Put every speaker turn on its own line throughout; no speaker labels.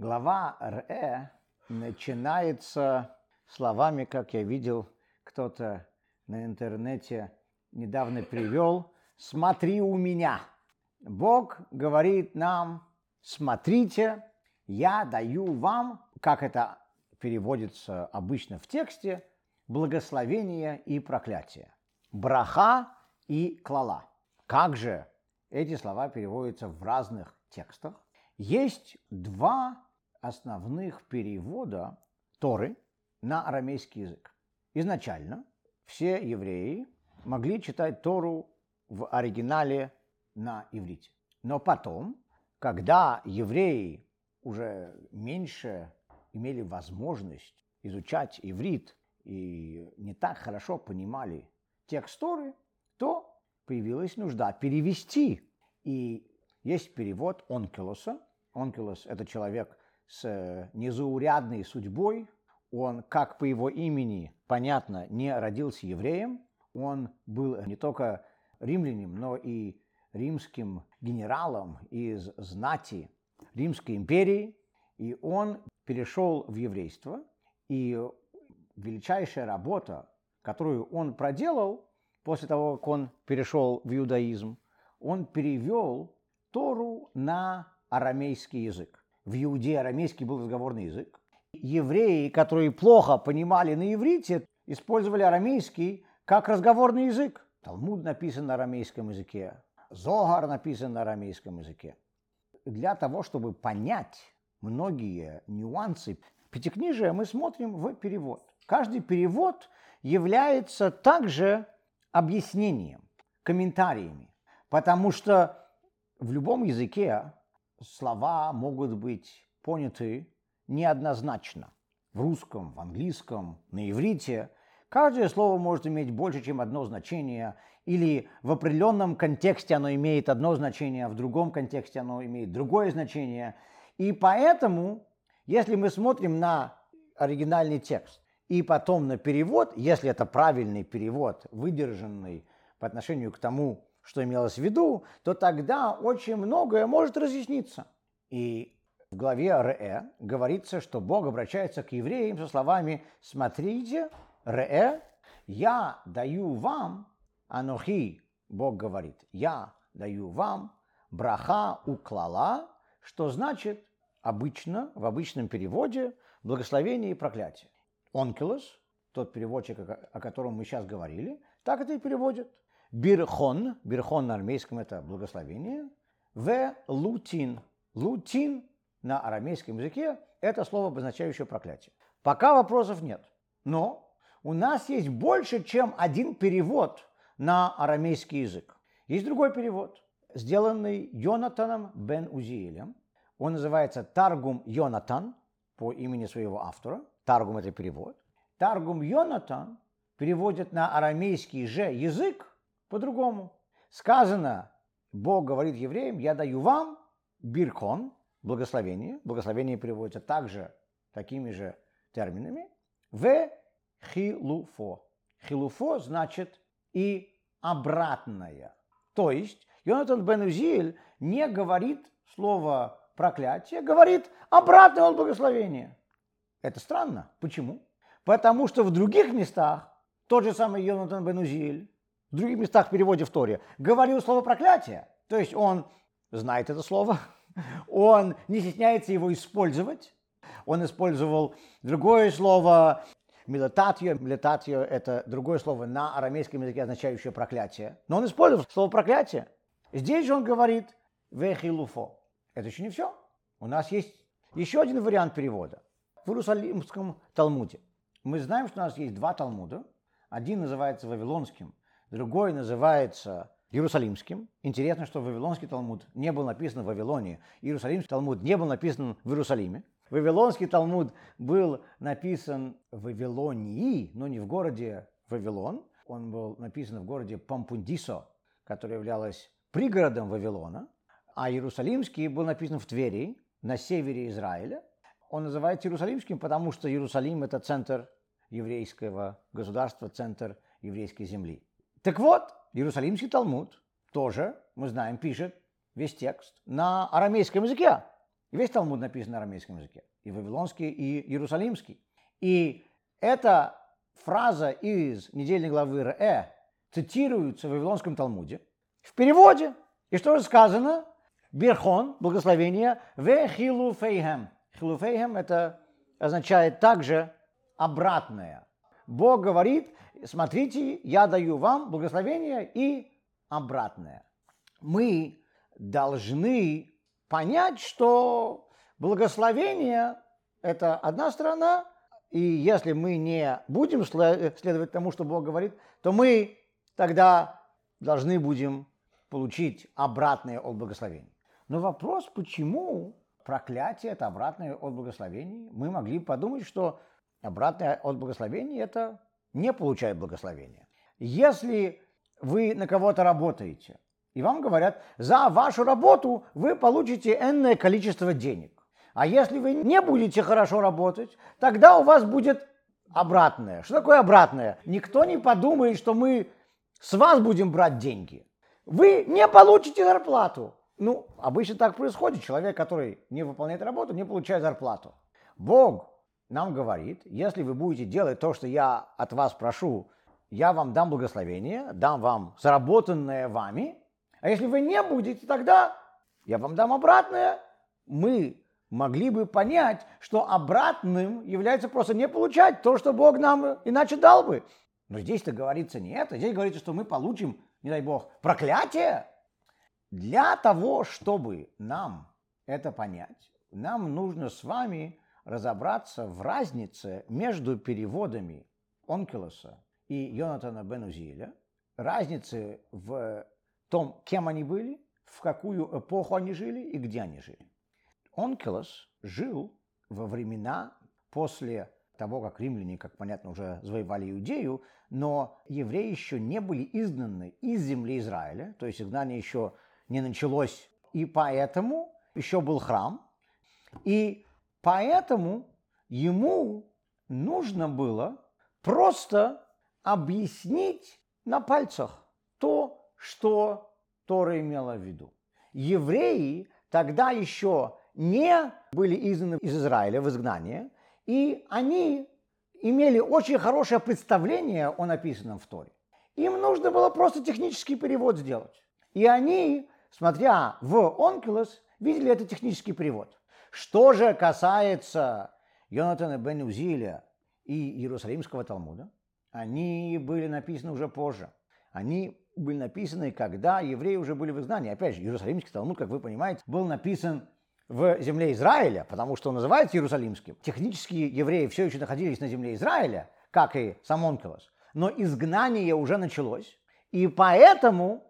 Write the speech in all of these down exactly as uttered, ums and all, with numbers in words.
Глава Р начинается словами, как я видел, кто-то на интернете недавно привел: «Смотри у меня». Бог говорит нам: смотрите, я даю вам, как это переводится обычно в тексте, благословение и проклятие. Браха и клала. Как же эти слова переводятся в разных текстах? Есть два основных перевода Торы на арамейский язык. Изначально все евреи могли читать Тору в оригинале на иврите. Но потом, когда евреи уже меньше имели возможность изучать иврит и не так хорошо понимали текст Торы, то появилась нужда перевести. И есть перевод Онкелоса. Онкелос – это человек с незаурядной судьбой. Он, как по его имени понятно, не родился евреем. Он был не только римлянином, но и римским генералом из знати Римской империи. И он перешел в еврейство. И величайшая работа, которую он проделал после того, как он перешел в иудаизм, он перевел Тору на арамейский язык. В Иудее арамейский был разговорный язык. Евреи, которые плохо понимали на иврите, использовали арамейский как разговорный язык. Талмуд написан на арамейском языке, Зоар написан на арамейском языке. Для того, чтобы понять многие нюансы Пятикнижия, мы смотрим в перевод. Каждый перевод является также объяснением, комментариями, потому что в любом языке слова могут быть поняты неоднозначно. В русском, в английском, на иврите каждое слово может иметь больше, чем одно значение, или в определенном контексте оно имеет одно значение, а в другом контексте оно имеет другое значение. И поэтому, если мы смотрим на оригинальный текст и потом на перевод, если это правильный перевод, выдержанный по отношению к тому, что имелось в виду, то тогда очень многое может разъясниться. И в главе Р говорится, что Бог обращается к евреям со словами: «Смотрите, Р, я даю вам, анохи», Бог говорит, «я даю вам браха уклала», что значит обычно, в обычном переводе, благословение и проклятие. Онкелос, тот переводчик, о котором мы сейчас говорили, так это и переводит. Бирхон, бирхон на арамейском это благословение, в лутин, лутин на арамейском языке это слово, обозначающее проклятие. Пока вопросов нет, но у нас есть больше, чем один перевод на арамейский язык. Есть другой перевод, сделанный Йонатаном бен Узиэлем. Он называется Таргум Йонатан по имени своего автора. Таргум – это перевод. Таргум Йонатан переводит на арамейский же язык по-другому. Сказано, Бог говорит евреям: «Я даю вам бирхон», благословение. Благословение переводится также такими же терминами. В хилуфо. Хилуфо значит и обратное. То есть Йонатан бен Узиэль не говорит слово проклятие, говорит обратное от благословения. Это странно. Почему? Потому что в других местах тот же самый Йонатан бен Узиэль в других местах в переводе в Торе говорил слово проклятие. То есть он знает это слово, он не стесняется его использовать. Он использовал другое слово милататио. Милататио – это другое слово на арамейском языке, означающее проклятие. Но он использовал слово проклятие. Здесь же он говорит вехилуфо. Это еще не все. У нас есть еще один вариант перевода. В Иерусалимском Талмуде. Мы знаем, что у нас есть два Талмуда. Один называется Вавилонским, другой называется Иерусалимским. Интересно, что Вавилонский Талмуд не был написан в Вавилоне, Иерусалимский Талмуд не был написан в Иерусалиме. Вавилонский Талмуд был написан в Вавилонии, но не в городе Вавилон. Он был написан в городе Пампундисо, которое являлось пригородом Вавилона. А Иерусалимский был написан в Твери, на севере Израиля. Он называется Иерусалимским, потому что Иерусалим – это центр еврейского государства, центр еврейской земли. Так вот, Иерусалимский Талмуд тоже, мы знаем, пишет весь текст на арамейском языке. Весь Талмуд написан на арамейском языке, и вавилонский, и иерусалимский. И эта фраза из недельной главы Ре цитируется в вавилонском Талмуде в переводе. И что же сказано? Берхон, благословение, ве хилуфейхем. Хилуфейхем это означает также обратное. Бог говорит, смотрите, я даю вам благословение и обратное. Мы должны понять, что благословение – это одна сторона, и если мы не будем следовать тому, что Бог говорит, то мы тогда должны будем получить обратное от благословения. Но вопрос, почему проклятие – это обратное от благословения? Мы могли подумать, что обратное от благословения – это не получает благословения. Если вы на кого-то работаете, и вам говорят, за вашу работу вы получите энное количество денег. А если вы не будете хорошо работать, тогда у вас будет обратное. Что такое обратное? Никто не подумает, что мы с вас будем брать деньги. Вы не получите зарплату. Ну, обычно так происходит. Человек, который не выполняет работу, не получает зарплату. Бог нам говорит, если вы будете делать то, что я от вас прошу, я вам дам благословение, дам вам заработанное вами. А если вы не будете, тогда я вам дам обратное. Мы могли бы понять, что обратным является просто не получать то, что Бог нам иначе дал бы. Но здесь-то говорится не это. Здесь говорится, что мы получим, не дай Бог, проклятие. Для того, чтобы нам это понять, нам нужно с вами разобраться в разнице между переводами Онкелоса и Йонатана бен Узиэля, разницы в том, кем они были, в какую эпоху они жили и где они жили. Онкелос жил во времена после того, как римляне, как понятно, уже завоевали Иудею, но евреи еще не были изгнаны из земли Израиля, то есть изгнание еще не началось, и поэтому еще был храм, и поэтому ему нужно было просто объяснить на пальцах то, что Тора имела в виду. Евреи тогда еще не были изгнаны из Израиля в изгнание, и они имели очень хорошее представление о написанном в Торе. Им нужно было просто технический перевод сделать. И они, смотря в Онкелос, видели этот технический перевод. Что же касается Йонатана бен Узиэля и Иерусалимского Талмуда, они были написаны уже позже. Они были написаны, когда евреи уже были в изгнании. Опять же, Иерусалимский Талмуд, как вы понимаете, был написан в земле Израиля, потому что он называется Иерусалимским. Технически евреи все еще находились на земле Израиля, как и сам Онкелос. Но изгнание уже началось, и поэтому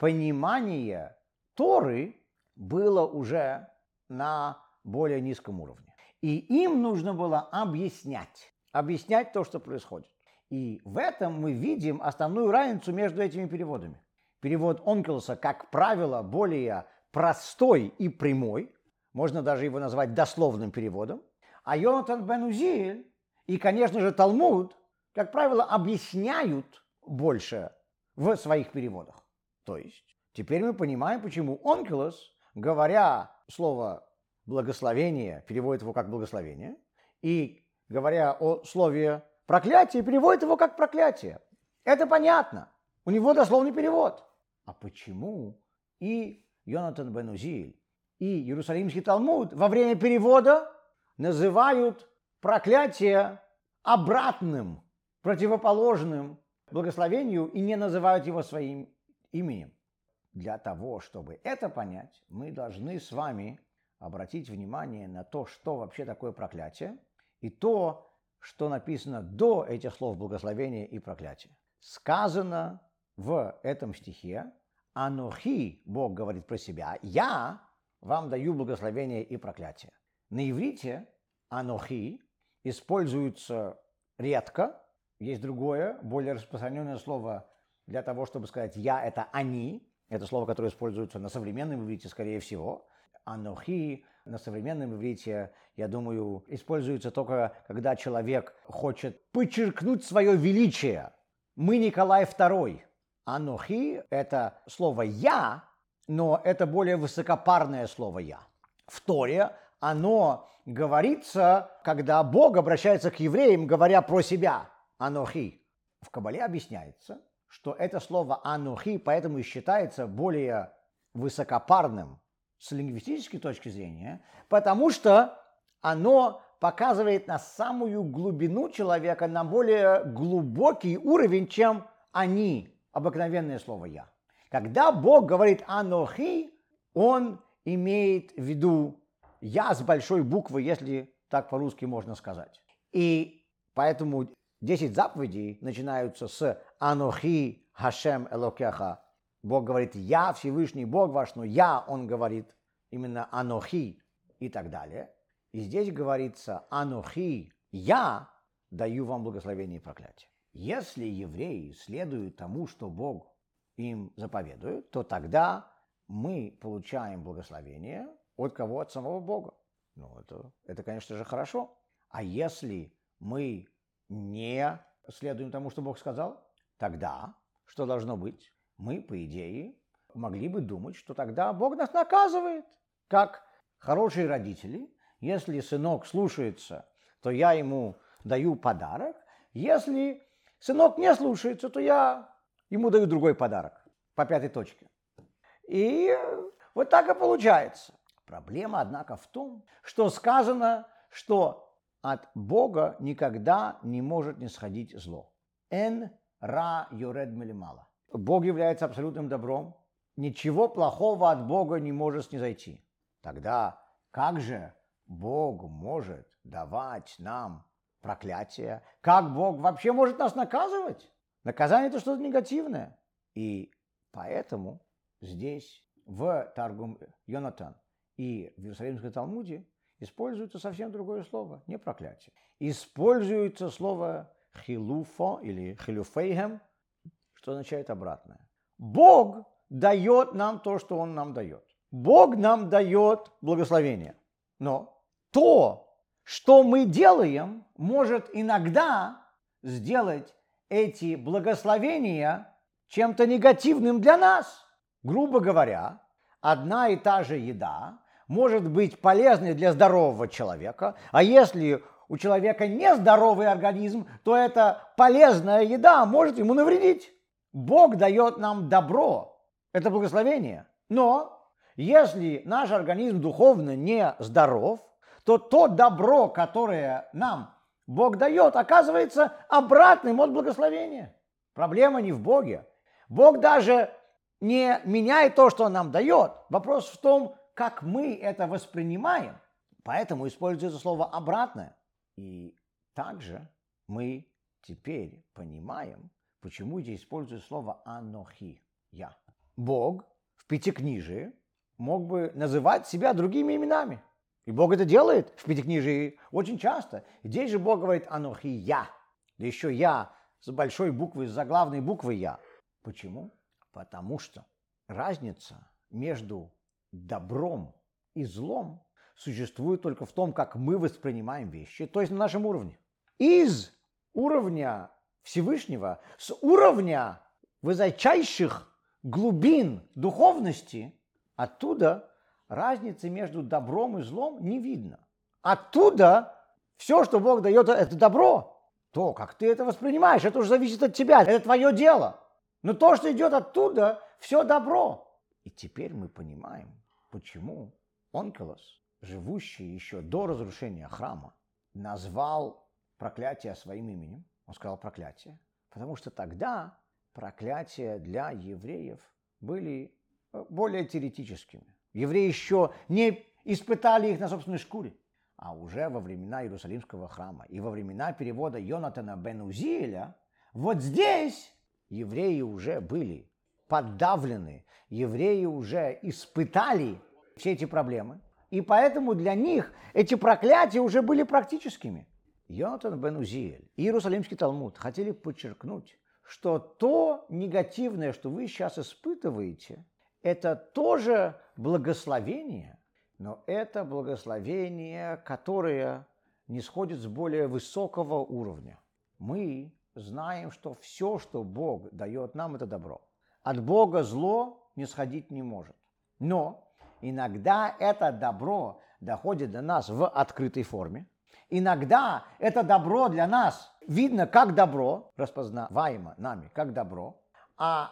понимание Торы было уже на более низком уровне. И им нужно было объяснять, объяснять то, что происходит. И в этом мы видим основную разницу между этими переводами. Перевод Онкелоса, как правило, более простой и прямой, можно даже его назвать дословным переводом, а Йонатан бен Узиэль и, конечно же, Талмуд, как правило, объясняют больше в своих переводах. То есть теперь мы понимаем, почему Онкелос, говоря слово «благословение», переводит его как «благословение», и говоря о слове «проклятие», переводит его как «проклятие». Это понятно. У него дословный перевод. А почему и Йонатан бен Узиэль, и Иерусалимский Талмуд во время перевода называют проклятие обратным, противоположным благословению и не называют его своим именем? Для того, чтобы это понять, мы должны с вами обратить внимание на то, что вообще такое проклятие, и то, что написано до этих слов благословения и проклятия. Сказано в этом стихе: «Анохи», Бог говорит про себя, «я вам даю благословение и проклятие». На иврите «анохи» используется редко. Есть другое, более распространенное слово для того, чтобы сказать «я» — это «они». Это слово, которое используется на современном иврите, скорее всего. «Анохи» на современном иврите, я думаю, используется только, когда человек хочет подчеркнуть свое величие. Мы Николай второй. «Анохи» — это слово «я», но это более высокопарное слово «я». В Торе оно говорится, когда Бог обращается к евреям, говоря про себя. Анохи. В Кабале объясняется, что это слово анохи поэтому и считается более высокопарным с лингвистической точки зрения, потому что оно показывает на самую глубину человека, на более глубокий уровень, чем они, обыкновенное слово «я». Когда Бог говорит «анохи», он имеет в виду «я» с большой буквы, если так по-русски можно сказать. И поэтому десять заповедей начинаются с «анохи Хашем Элокеха». Бог говорит «я Всевышний Бог ваш», но «я», он говорит именно «анохи» и так далее. И здесь говорится «анохи, я даю вам благословение и проклятие». Если евреи следуют тому, что Бог им заповедует, то тогда мы получаем благословение от кого? От самого Бога. Ну, это, это, конечно же, хорошо. А если мы не следуем тому, что Бог сказал, тогда что должно быть? Мы, по идее, могли бы думать, что тогда Бог нас наказывает, как хорошие родители. Если сынок слушается, то я ему даю подарок. Если сынок не слушается, то я ему даю другой подарок по пятой точке. И вот так и получается. Проблема, однако, в том, что сказано, что от Бога никогда не может не сходить зло. Эн ра йоред мелимала. Бог является абсолютным добром. Ничего плохого от Бога не может снизойти. Тогда как же Бог может давать нам проклятие? Как Бог вообще может нас наказывать? Наказание – это что-то негативное. И поэтому здесь в Таргум Йонатан и в Иерусалимском Талмуде используется совсем другое слово, не проклятие. Используется слово хилуфо или хилюфейхем, что означает обратное. Бог дает нам то, что Он нам дает. Бог нам дает благословение. Но то, что мы делаем, может иногда сделать эти благословения чем-то негативным для нас. Грубо говоря, одна и та же еда может быть полезной для здорового человека, а если у человека нездоровый организм, то эта полезная еда может ему навредить. Бог дает нам добро, это благословение. Но если наш организм духовно не здоров, то то добро, которое нам Бог дает, оказывается обратным от благословения. Проблема не в Боге. Бог даже не меняет то, что Он нам дает. Вопрос в том, как мы это воспринимаем. Поэтому используется слово «обратное». И также мы теперь понимаем, почему здесь используется слово «анохи» – «я». Бог в Пятикнижии мог бы называть себя другими именами. И Бог это делает в Пятикнижии очень часто. Здесь же Бог говорит «анохи я». Да еще «я» с большой буквы, с заглавной буквы «я». Почему? Потому что разница между добром и злом существует только в том, как мы воспринимаем вещи, то есть на нашем уровне. Из уровня Всевышнего, с уровня высочайших глубин духовности, оттуда разницы между добром и злом не видно. Оттуда все, что Бог дает, это добро. То, как ты это воспринимаешь, это уже зависит от тебя, это твое дело. Но то, что идет оттуда, все добро. И теперь мы понимаем, почему Онкелос, живущий еще до разрушения храма, назвал проклятие своим именем. Он сказал проклятие, потому что тогда проклятия для евреев были более теоретическими. Евреи еще не испытали их на собственной шкуре. А уже во времена Иерусалимского храма и во времена перевода Йонатана бен Узиэля, вот здесь евреи уже были подавлены, евреи уже испытали все эти проблемы, и поэтому для них эти проклятия уже были практическими. Йонатан бен Узиэль и Иерусалимский Талмуд хотели подчеркнуть, что то негативное, что вы сейчас испытываете, это тоже благословение, но это благословение, которое не сходит с более высокого уровня. Мы знаем, что все, что Бог дает нам, это добро. От Бога зло не сходить не может. Но иногда это добро доходит до нас в открытой форме. Иногда это добро для нас видно как добро, распознаваемо нами как добро. А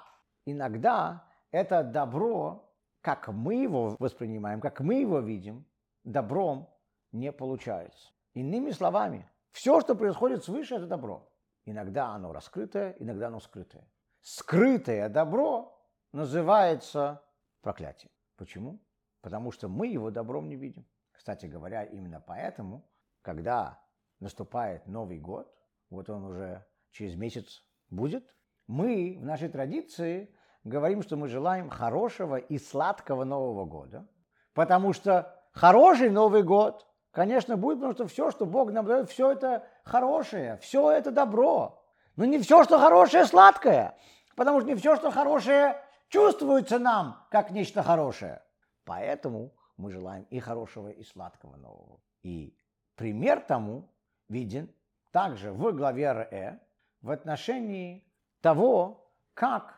иногда это добро, как мы его воспринимаем, как мы его видим, добром не получается. Иными словами, все, что происходит свыше, это добро. Иногда оно раскрытое, иногда оно скрытое. Скрытое добро называется проклятием. Почему? Потому что мы его добром не видим. Кстати говоря, именно поэтому, когда наступает Новый год, вот он уже через месяц будет, мы в нашей традиции говорим, что мы желаем хорошего и сладкого Нового года, потому что хороший Новый год, конечно, будет, потому что все, что Бог нам дает, все это хорошее, все это добро. Но не все, что хорошее, сладкое, потому что не все, что хорошее, чувствуется нам как нечто хорошее. Поэтому мы желаем и хорошего, и сладкого Нового. И пример тому виден также в главе Ре в отношении того, как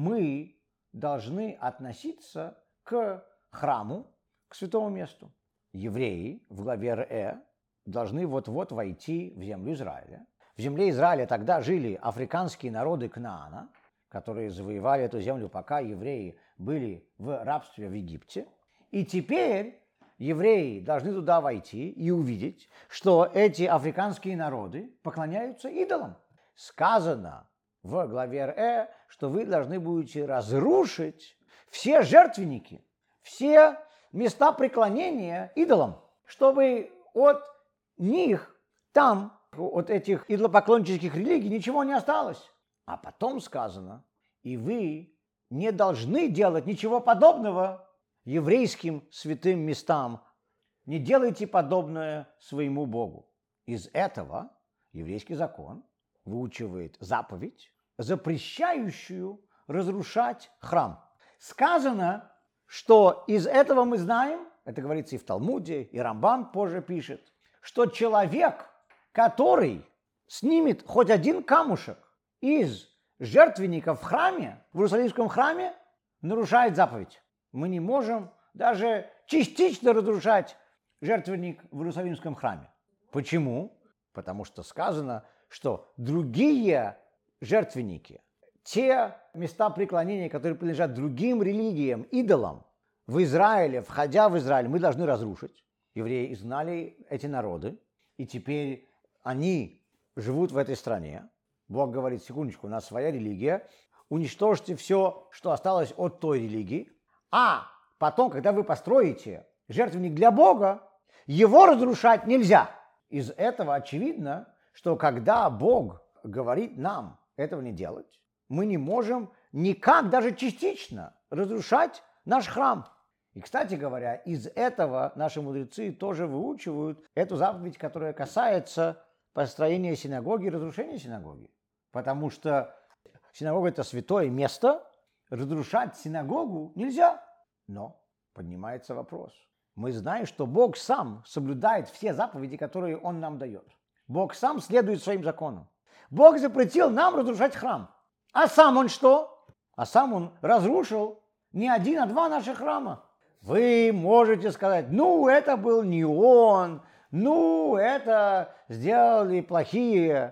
мы должны относиться к храму, к святому месту. Евреи в главе Ре должны вот-вот войти в землю Израиля. В земле Израиля тогда жили африканские народы Кнаана, которые завоевали эту землю, пока евреи были в рабстве в Египте. И теперь евреи должны туда войти и увидеть, что эти африканские народы поклоняются идолам. Сказано в главе Ре, что вы должны будете разрушить все жертвенники, все места преклонения идолам, чтобы от них там, от этих идолопоклоннических религий ничего не осталось. А потом сказано, и вы не должны делать ничего подобного еврейским святым местам. Не делайте подобное своему Богу. Из этого еврейский закон выучивает заповедь, запрещающую разрушать храм. Сказано, что из этого мы знаем, это говорится и в Талмуде, и Рамбан позже пишет, что человек, который снимет хоть один камушек из жертвенника в храме, в Иерусалимском храме, нарушает заповедь. Мы не можем даже частично разрушать жертвенник в Иерусалимском храме. Почему? Потому что сказано, что другие жертвенники, те места преклонения, которые принадлежат другим религиям, идолам, в Израиле, входя в Израиль, мы должны разрушить. Евреи изгнали эти народы, и теперь они живут в этой стране. Бог говорит, секундочку, у нас своя религия, уничтожьте все, что осталось от той религии, а потом, когда вы построите жертвенник для Бога, его разрушать нельзя. Из этого очевидно, что когда Бог говорит нам этого не делать, мы не можем никак, даже частично, разрушать наш храм. И, кстати говоря, из этого наши мудрецы тоже выучивают эту заповедь, которая касается построения синагоги и разрушения синагоги. Потому что синагога – это святое место, разрушать синагогу нельзя. Но поднимается вопрос. Мы знаем, что Бог сам соблюдает все заповеди, которые Он нам дает. Бог сам следует своим законам. Бог запретил нам разрушать храм. А сам Он что? А сам Он разрушил не один, а два наших храма. Вы можете сказать, ну, это был не Он, ну, это сделали плохие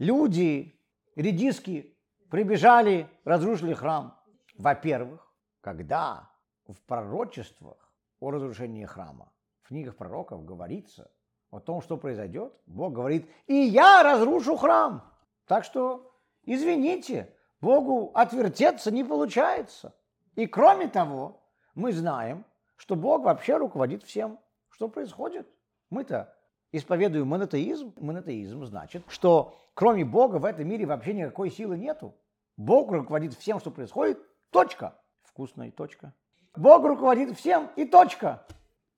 люди, редиски, прибежали, разрушили храм. Во-первых, когда в пророчествах о разрушении храма, в книгах пророков говорится о том, что произойдет, Бог говорит, и я разрушу храм. Так что, извините, Богу отвертеться не получается. И кроме того, мы знаем, что Бог вообще руководит всем, что происходит. Мы-то исповедуем монотеизм. Монотеизм значит, что кроме Бога в этом мире вообще никакой силы нету. Бог руководит всем, что происходит. Точка. Вкусная точка. Бог руководит всем и точка.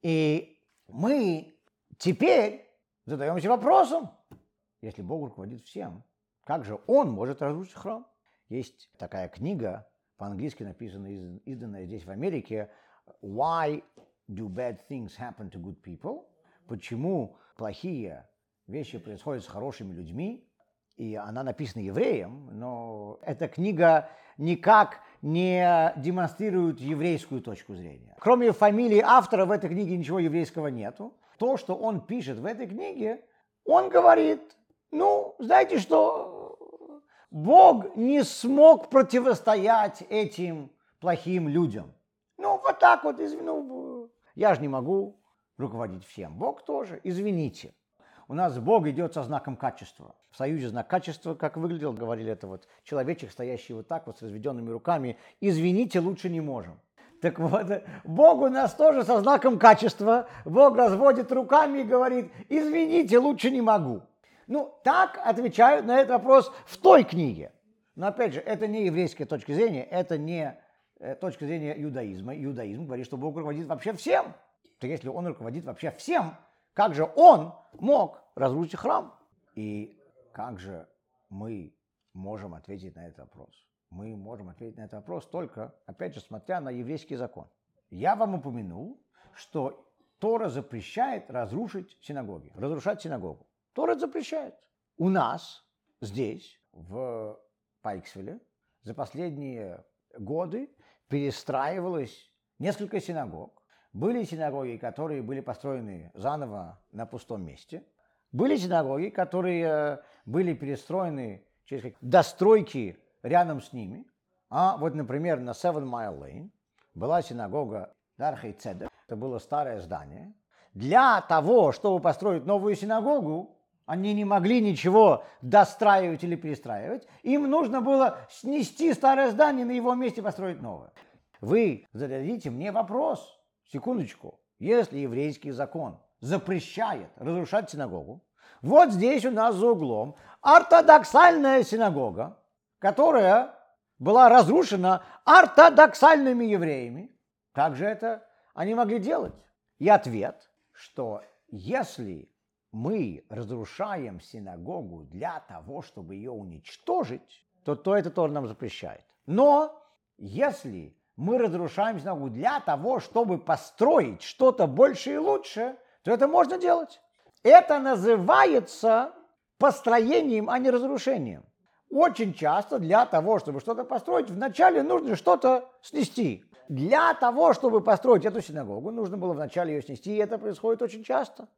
И мы теперь задаемся вопросом, если Бог руководит всем, как же Он может разрушить храм? Есть такая книга, по-английски написанная, изданная здесь в Америке, Why do bad things happen to good people? Почему плохие вещи происходят с хорошими людьми? и она написана евреем, но эта книга никак не демонстрирует еврейскую точку зрения. Кроме фамилии автора в этой книге ничего еврейского нету. То, что он пишет в этой книге, он говорит, ну, знаете что, Бог не смог противостоять этим плохим людям. Ну, вот так вот, ну, я же не могу руководить всем. Бог тоже, извините. У нас Бог идет со знаком качества. В Союзе знак качества, как выглядел, говорили, это вот человечек, стоящий вот так вот с разведенными руками. Извините, лучше не можем. Так вот, Бог у нас тоже со знаком качества. Бог разводит руками и говорит, извините, лучше не могу. Ну, так отвечают на этот вопрос в той книге. Но опять же, это не еврейская точка зрения, это не точка зрения иудаизма. Иудаизм говорит, что Бог руководит вообще всем. То если он руководит вообще всем, как же он мог разрушить храм? И как же мы можем ответить на этот вопрос? Мы можем ответить на этот вопрос только, опять же, смотря на еврейский закон. Я вам упомянул, что Тора запрещает разрушить синагоги, разрушать синагогу. Тора запрещает. У нас здесь, в Пайксвилле, за последние годы перестраивалось несколько синагог. Были синагоги, которые были построены заново на пустом месте. Были синагоги, которые были перестроены через достройки рядом с ними. А вот, например, на Seven Mile Lane была синагога Дархей Цедек. Это было старое здание. Для того, чтобы построить новую синагогу, они не могли ничего достраивать или перестраивать. Им нужно было снести старое здание, на его месте построить новое. Вы зададите мне вопрос. Секундочку. Если еврейский закон запрещает разрушать синагогу, вот здесь у нас за углом ортодоксальная синагога, которая была разрушена ортодоксальными евреями. Как же это они могли делать? И ответ, что если мы разрушаем синагогу для того, чтобы ее уничтожить, то, то это Тора нам запрещает. Но если мы разрушаем синагогу для того, чтобы построить что-то больше и лучше, то это можно делать. Это называется построением, а не разрушением. Очень часто для того, чтобы что-то построить, вначале нужно что-то снести. Для того, чтобы построить эту синагогу, нужно было вначале ее снести, и это происходит очень часто.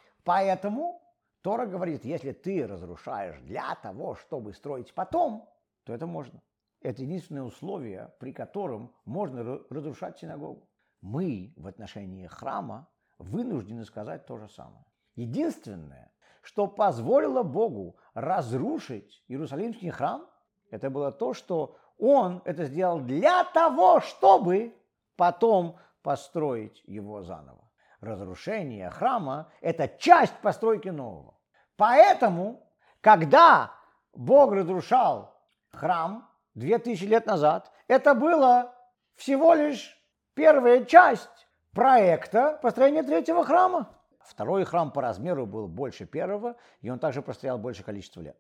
Поэтому Тора говорит, если ты разрушаешь для того, чтобы строить потом, то это можно. Это единственное условие, при котором можно разрушать синагогу. Мы в отношении храма вынуждены сказать то же самое. Единственное, что позволило Богу разрушить Иерусалимский храм, это было то, что Он это сделал для того, чтобы потом построить его заново. Разрушение храма – это часть постройки нового. Поэтому, когда Бог разрушал храм две тысячи лет назад, это было всего лишь первая часть проекта построения третьего храма. Второй храм по размеру был больше первого, и он также простоял большее количество лет.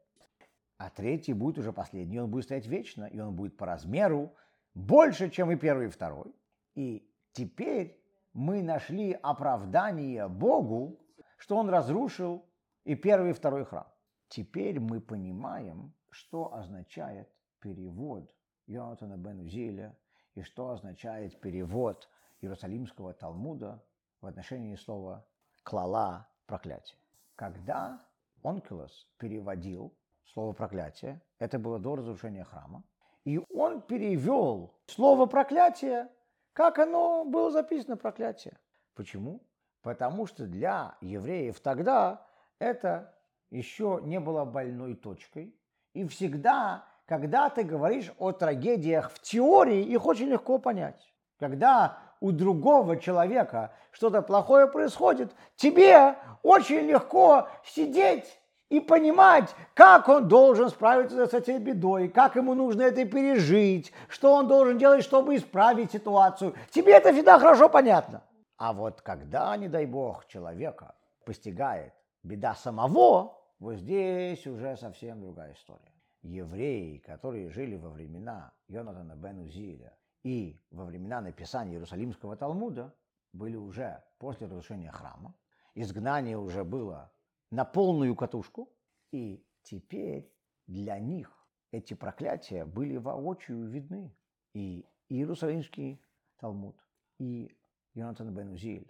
А третий будет уже последний, он будет стоять вечно, и он будет по размеру больше, чем и первый, и второй. И теперь мы нашли оправдание Богу, что Он разрушил и первый, и второй храм. Теперь мы понимаем, что означает перевод Йонатана бен Узиэля и что означает перевод Иерусалимского Талмуда в отношении слова «клала» – проклятие. Когда Онкелос переводил слово «проклятие», это было до разрушения храма, и он перевел слово «проклятие», как оно было записано «проклятие». Почему? Потому что для евреев тогда это еще не было больной точкой, и всегда, когда ты говоришь о трагедиях в теории, их очень легко понять. Когда у другого человека что-то плохое происходит, тебе очень легко сидеть и понимать, как он должен справиться с этой бедой, как ему нужно это пережить, что он должен делать, чтобы исправить ситуацию. Тебе это всегда хорошо понятно. А вот когда, не дай бог, человека постигает беда самого, вот здесь уже совсем другая история. Евреи, которые жили во времена Йонатана бен Узиэля и во времена написания Иерусалимского Талмуда, были уже после разрушения храма, изгнание уже было на полную катушку, и теперь для них эти проклятия были воочию видны. И Иерусалимский Талмуд, и Йонатан бен Узиэль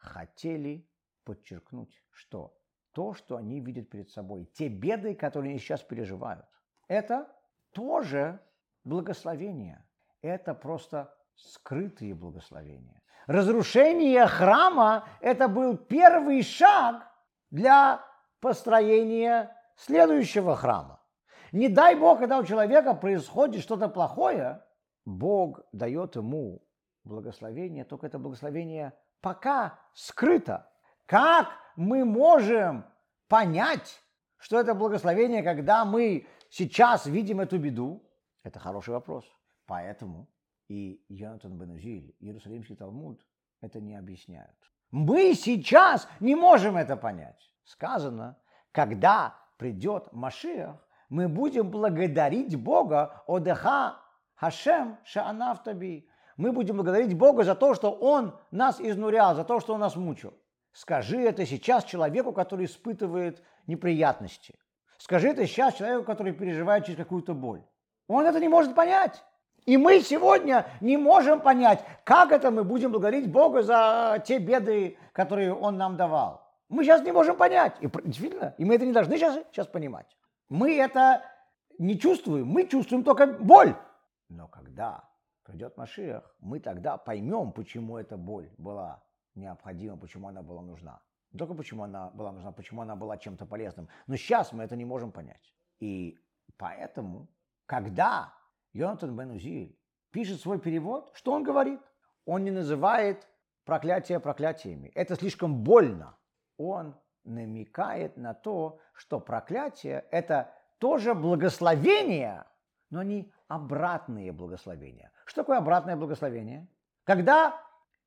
хотели подчеркнуть, что то, что они видят перед собой, те беды, которые они сейчас переживают, это тоже благословение. Это просто скрытые благословения. Разрушение храма – это был первый шаг для построения следующего храма. Не дай Бог, когда у человека происходит что-то плохое, Бог дает ему благословение, только это благословение пока скрыто. Как мы можем понять, что это благословение, когда мы сейчас видим эту беду? Это хороший вопрос. Поэтому и Йонатан бен Узиэль, Иерусалимский Талмуд это не объясняют. Мы сейчас не можем это понять. Сказано, когда придет Машиах, мы будем благодарить Бога Одеха Хашем Шаанав Таби. Мы будем благодарить Бога за то, что Он нас изнурял, за то, что Он нас мучил. Скажи это сейчас человеку, который испытывает неприятности. Скажи это сейчас человеку, который переживает через какую-то боль. Он это не может понять. И мы сегодня не можем понять, как это мы будем благодарить Бога за те беды, которые Он нам давал. Мы сейчас не можем понять. И действительно, и мы это не должны сейчас, сейчас понимать. Мы это не чувствуем, мы чувствуем только боль. Но когда придет Машиах, мы тогда поймем, почему эта боль была необходима, почему она была нужна. Не только почему она была нужна, почему она была чем-то полезным. Но сейчас мы это не можем понять. И поэтому, когда Йонатан бен Узиэль пишет свой перевод, что он говорит? Он не называет проклятия проклятиями. Это слишком больно. Он намекает на то, что проклятие – это тоже благословение, но они обратные благословения. Что такое обратное благословение? Когда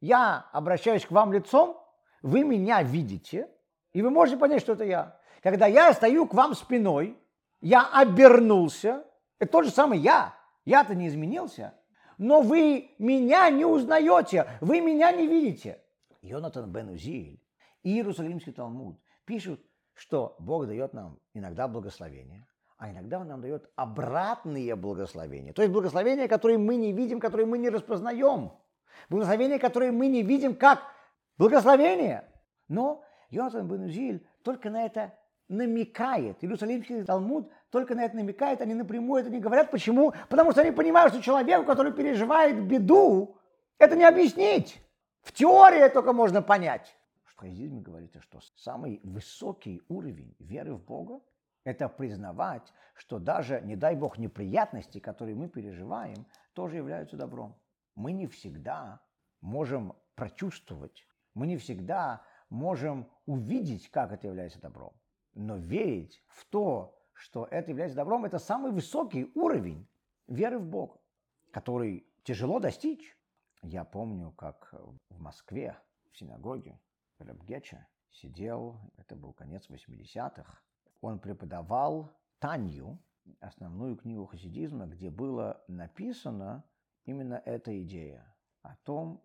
я обращаюсь к вам лицом, вы меня видите, и вы можете понять, что это я. Когда я стою к вам спиной, я обернулся, это тот же самый я. Я-то не изменился, но вы меня не узнаете, вы меня не видите. Йонатан бен Узиэль и Иерусалимский Талмуд пишут, что Бог дает нам иногда благословения, а иногда Он нам дает обратные благословения. То есть благословения, которые мы не видим, которые мы не распознаем. Благословения, которые мы не видим как благословение. Но Йонатан бен Узиэль только на это намекает. Иерусалимский Талмуд только на это намекает, они напрямую это не говорят. Почему? Потому что они понимают, что человеку, который переживает беду, это не объяснить. В теории это только можно понять. В хасидизме говорится, что самый высокий уровень веры в Бога – это признавать, что даже, не дай Бог, неприятности, которые мы переживаем, тоже являются добром. Мы не всегда можем прочувствовать, мы не всегда можем увидеть, как это является добром. Но верить в то, что это является добром, это самый высокий уровень веры в Бога, который тяжело достичь. Я помню, как в Москве, в синагоге, Реб Геча сидел, это был конец восьмидесятых, он преподавал Танью, основную книгу хасидизма, где было написано именно эта идея о том,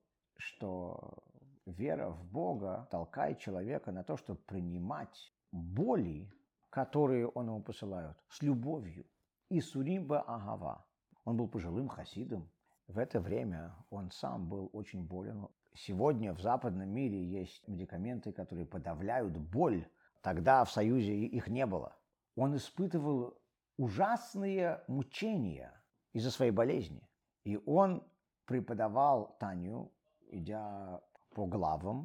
что вера в Бога толкает человека на то, чтобы принимать боли, которые он ему посылает, с любовью. И суримба агава. Он был пожилым хасидом. В это время он сам был очень болен. Сегодня в западном мире есть медикаменты, которые подавляют боль. Тогда в Союзе их не было. Он испытывал ужасные мучения из-за своей болезни. И он преподавал Таню, идя по главам,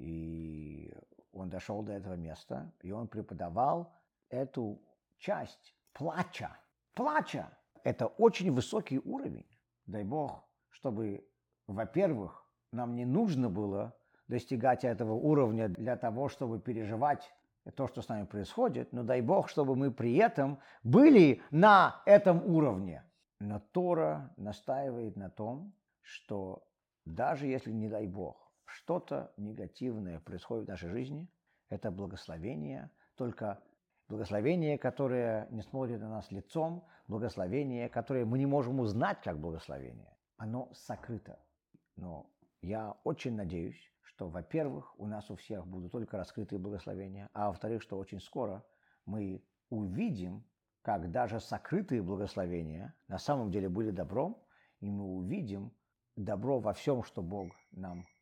и он дошел до этого места, и он преподавал эту часть плача. Плача! Это очень высокий уровень. Дай Бог, чтобы, во-первых, нам не нужно было достигать этого уровня для того, чтобы переживать то, что с нами происходит, но дай Бог, чтобы мы при этом были на этом уровне. Но Тора настаивает на том, что даже если, не дай Бог, что-то негативное происходит в нашей жизни, это благословение, только благословение, которое не смотрит на нас лицом, благословение, которое мы не можем узнать как благословение. Оно сокрыто. Но я очень надеюсь, что, во-первых, у нас у всех будут только раскрытые благословения, а во-вторых, что очень скоро мы увидим как даже сокрытые благословения на самом деле были добром, и мы увидим добро во всем, что Бог нам